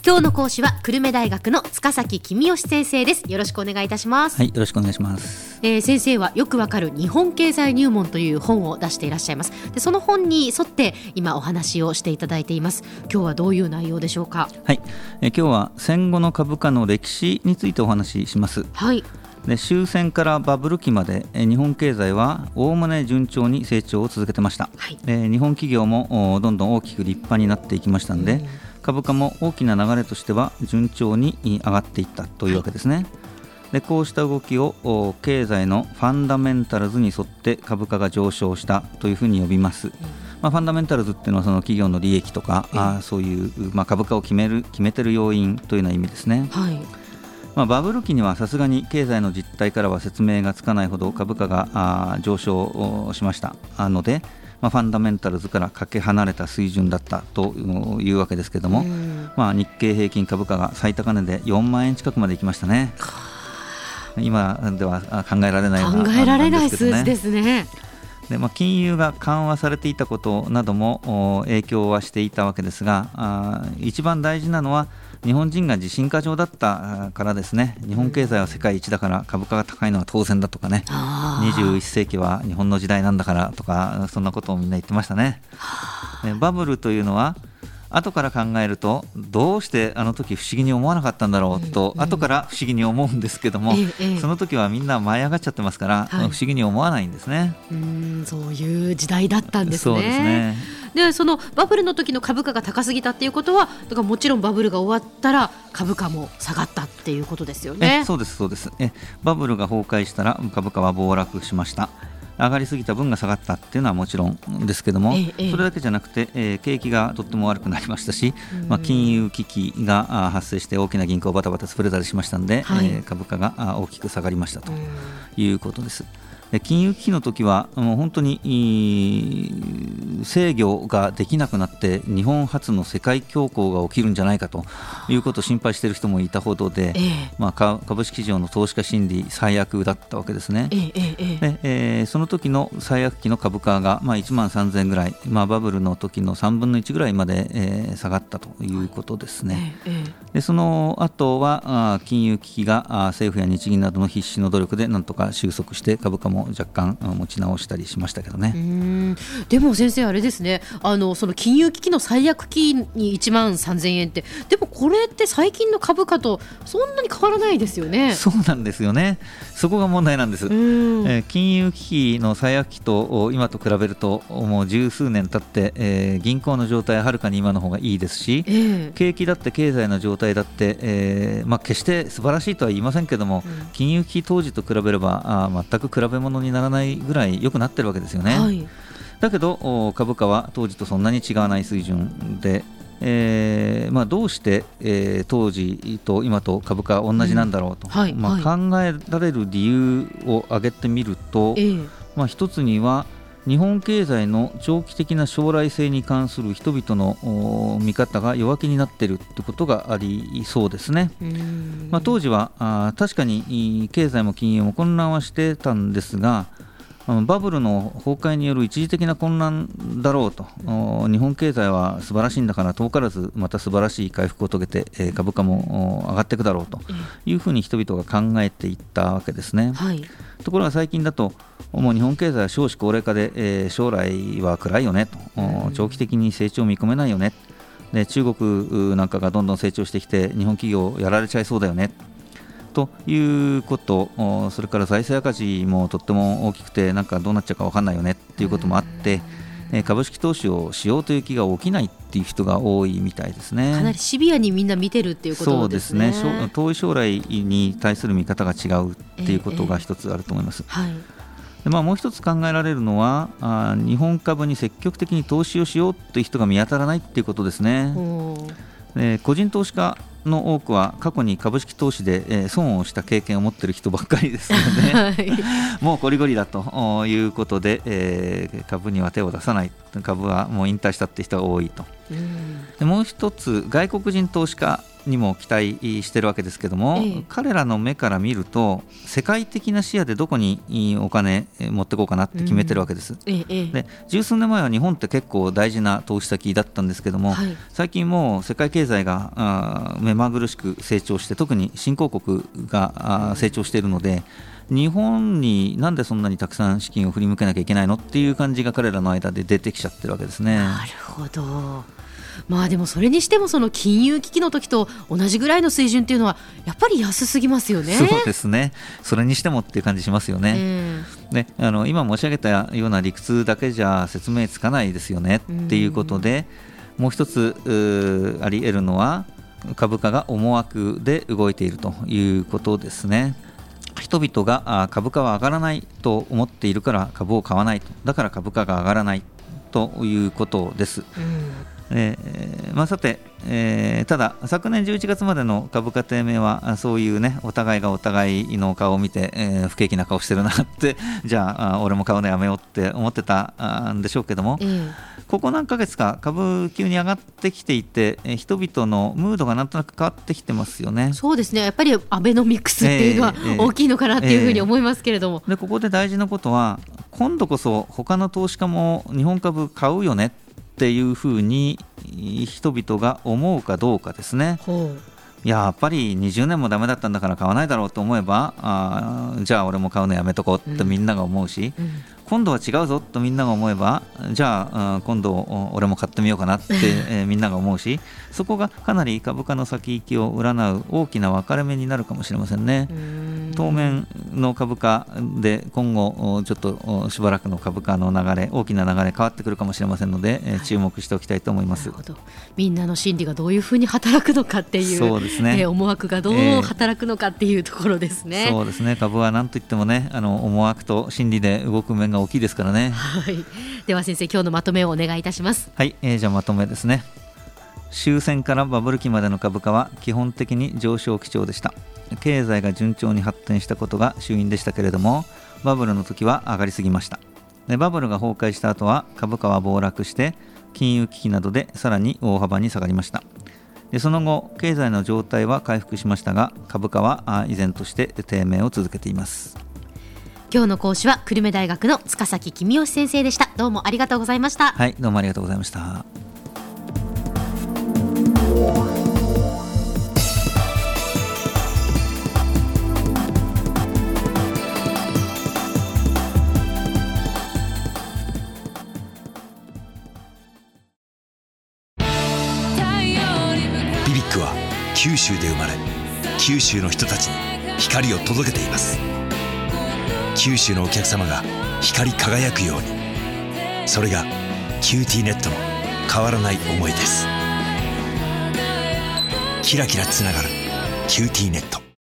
今日の講師は久留米大学の塚崎公義先生です。よろしくお願いいたします。 はい、よろしくお願いします。 先生はよくわかる日本経済入門という本を出していらっしゃいます。でその本に沿って今お話をしていただいています。今日はどういう内容でしょうか。 はい、今日は戦後の株価の歴史についてお話しします。 はい。 で終戦からバブル期まで日本経済はおおむね順調に成長を続けてました。 はい。 日本企業もどんどん大きく立派になっていきましたので、株価も大きな流れとしては順調に上がっていったというわけですね。でこうした動きを経済のファンダメンタルズに沿って株価が上昇したというふうに呼びます。ファンダメンタルズっていうのはその企業の利益とか、そういう、株価を決めてる要因というような意味ですね。 はい。 バブル期にはさすがに経済の実態からは説明がつかないほど株価が上昇しましたので、ファンダメンタルズからかけ離れた水準だったというわけですけれども、日経平均株価が最高値で4万円近くまで行きましたね。今では考えられないような考えられない数字ですね。 で金融が緩和されていたことなども影響はしていたわけですが、一番大事なのは日本人が自信過剰だったからですね。日本経済は世界一だから株価が高いのは当然だとかね、21世紀は日本の時代なんだからとか、そんなことをみんな言ってましたね。バブルというのは後から考えるとどうしてあの時不思議に思わなかったんだろうと、後から不思議に思うんですけども、その時はみんな舞い上がっちゃってますから、不思議に思わないんですね。 そういう時代だったんですね。 そうですね。 でそのバブルの時の株価が高すぎたっていうことは、だからもちろんバブルが終わったら株価も下がったっていうことですよね。 そうですそうです。バブルが崩壊したら株価は暴落しました。上がりすぎた分が下がったっていうのはもちろんですけども、それだけじゃなくて、景気がとっても悪くなりましたし、金融危機が発生して大きな銀行バタバタ潰れたりしましたので、株価が大きく下がりましたということです。金融危機の時はもう本当に制御ができなくなって日本初の世界恐慌が起きるんじゃないかということを心配している人もいたほどで、株式市場の投資家心理最悪だったわけですね。でその時の最悪期の株価が1万3000円ぐらい、バブルの時の3分の1ぐらいまで下がったということですね。でその後は金融危機が政府や日銀などの必死の努力でなんとか収束して株価も若干持ち直したりしましたけどね。 でも先生あれですね、その金融危機の最悪期に1万3000円って、でもこれって最近の株価とそんなに変わらないですよね。 そうなんですよね。そこが問題なんです。金融危機の最悪期と今と比べるともう十数年経って、銀行の状態ははるかに今の方がいいですし、景気だって経済の状態だって、決して素晴らしいとは言いませんけども、金融危機当時と比べれば全く比べ物にならないぐらい良くなってるわけですよね。だけど株価は当時とそんなに違わない水準で、どうして、当時と今と株価は同じなんだろうと、考えられる理由を挙げてみると、一つには日本経済の長期的な将来性に関する人々の見方が弱気になっているということがありそうですね。当時は確かに経済も金融も混乱はしてたんですが、バブルの崩壊による一時的な混乱だろうと、日本経済は素晴らしいんだから遠からずまた素晴らしい回復を遂げて、株価も上がっていくだろうというふうに人々が考えていったわけですね。ところが最近だともう日本経済は少子高齢化で、将来は暗いよねと、長期的に成長を見込めないよね、で中国なんかがどんどん成長してきて日本企業やられちゃいそうだよねということ、それから財政赤字もとっても大きくてなんかどうなっちゃうか分かんないよねっていうこともあって、株式投資をしようという気が起きないっていう人が多いみたいですね。 かなりシビアにみんな見てるっていうことですね。 そうですね。遠い将来に対する見方が違うっていうことが一つあると思います。でもう一つ考えられるのは日本株に積極的に投資をしようという人が見当たらないっていうことですね。個人投資家の多くは過去に株式投資で、損をした経験を持っている人ばっかりですので、もうゴリゴリだということで、株には手を出さない、株はもう引退したって人が多いと。でもう一つ外国人投資家にも期待してるわけですけども、彼らの目から見ると世界的な視野でどこにお金持ってこうかなって決めてるわけです、で十数年前は日本って結構大事な投資先だったんですけども、最近もう世界経済が目まぐるしく成長して、特に新興国が成長しているので、日本になんでそんなにたくさん資金を振り向けなきゃいけないのっていう感じが彼らの間で出てきちゃってるわけですね。 なるほど。でもそれにしてもその金融危機の時と同じぐらいの水準っていうのはやっぱり安すぎますよね。 そうですね、それにしてもっていう感じしますよね、で今申し上げたような理屈だけじゃ説明つかないですよねっていうことで、もう一つあり得るのは株価が思惑で動いているということですね。人々が株価は上がらないと思っているから株を買わないと、だから株価が上がらないということです、さて、ただ昨年11月までの株価低迷はそういうね、お互いがお互いの顔を見て、不景気な顔してるなってじゃあ俺も買うのやめようって思ってたんでしょうけども、ここ何ヶ月か株急に上がってきていて、人々のムードがなんとなく変わってきてますよね。 そうですね、やっぱりアベノミクスっていうのは大きいのかなっていうふうに思いますけれども、 でここで大事なことは、今度こそ他の投資家も日本株買うよねっていうふうに人々が思うかどうかですね。やっぱり20年もダメだったんだから買わないだろうと思えば、じゃあ俺も買うのやめとこうってみんなが思うし、今度は違うぞとみんなが思えば、じゃあ今度俺も買ってみようかなって、みんなが思うし、そこがかなり株価の先行きを占う大きな分かれ目になるかもしれませんね。当面の株価で今後ちょっとしばらくの株価の流れ、大きな流れ変わってくるかもしれませんので、注目しておきたいと思います。 なるほど。みんなの心理がどういうふうに働くのかっていう、 そうですね、 思惑がどう働くのかっていうところですね。 そうですね、株は何といってもね、思惑と心理で動く面が大きいですからね。 では先生、今日のまとめをお願いいたします。 はい、じゃあまとめですね。終戦からバブル期までの株価は基本的に上昇基調でした。経済が順調に発展したことが主因でしたけれども、バブルの時は上がりすぎました。でバブルが崩壊した後は株価は暴落して、金融危機などでさらに大幅に下がりました。でその後経済の状態は回復しましたが、株価は依然として低迷を続けています。 今日の講師は久留米大学の塚崎公義先生でした。どうもありがとうございました。 はい、どうもありがとうございました。 ビビックは九州で生まれ、九州の人たちに光を届けています。九州のお客様が光り輝くように、それがキューティーネットの変わらない思いです。キラキラつながるキューティーネット。